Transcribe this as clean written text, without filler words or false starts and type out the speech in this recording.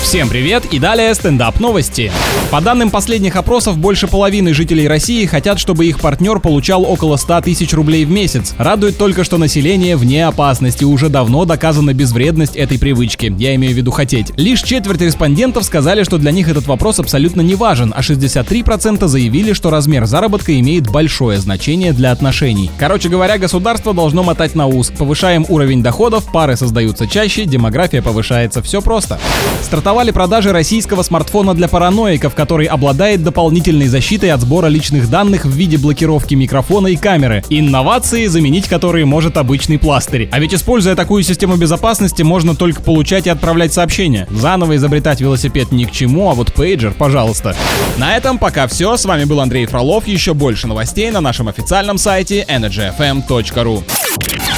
Всем привет и далее стендап-новости. По данным последних опросов, больше половины жителей России хотят, чтобы их партнер получал около 100 тысяч рублей в месяц. Радует только, что население вне опасности, уже давно доказана безвредность этой привычки, я имею в виду хотеть. Лишь четверть респондентов сказали, что для них этот вопрос абсолютно не важен, а 63% заявили, что размер заработка имеет большое значение для отношений. Короче говоря, государство должно мотать на ус. Повышаем уровень доходов, пары создаются чаще, демография повышается, все просто. Стартовали продажи российского смартфона для параноиков, который обладает дополнительной защитой от сбора личных данных в виде блокировки микрофона и камеры. Инновации, заменить которые может обычный пластырь. А ведь используя такую систему безопасности, можно только получать и отправлять сообщения. Заново изобретать велосипед ни к чему, а вот пейджер, пожалуйста. На этом пока все. С вами был Андрей Фролов. Еще больше новостей на нашем официальном сайте energyfm.ru.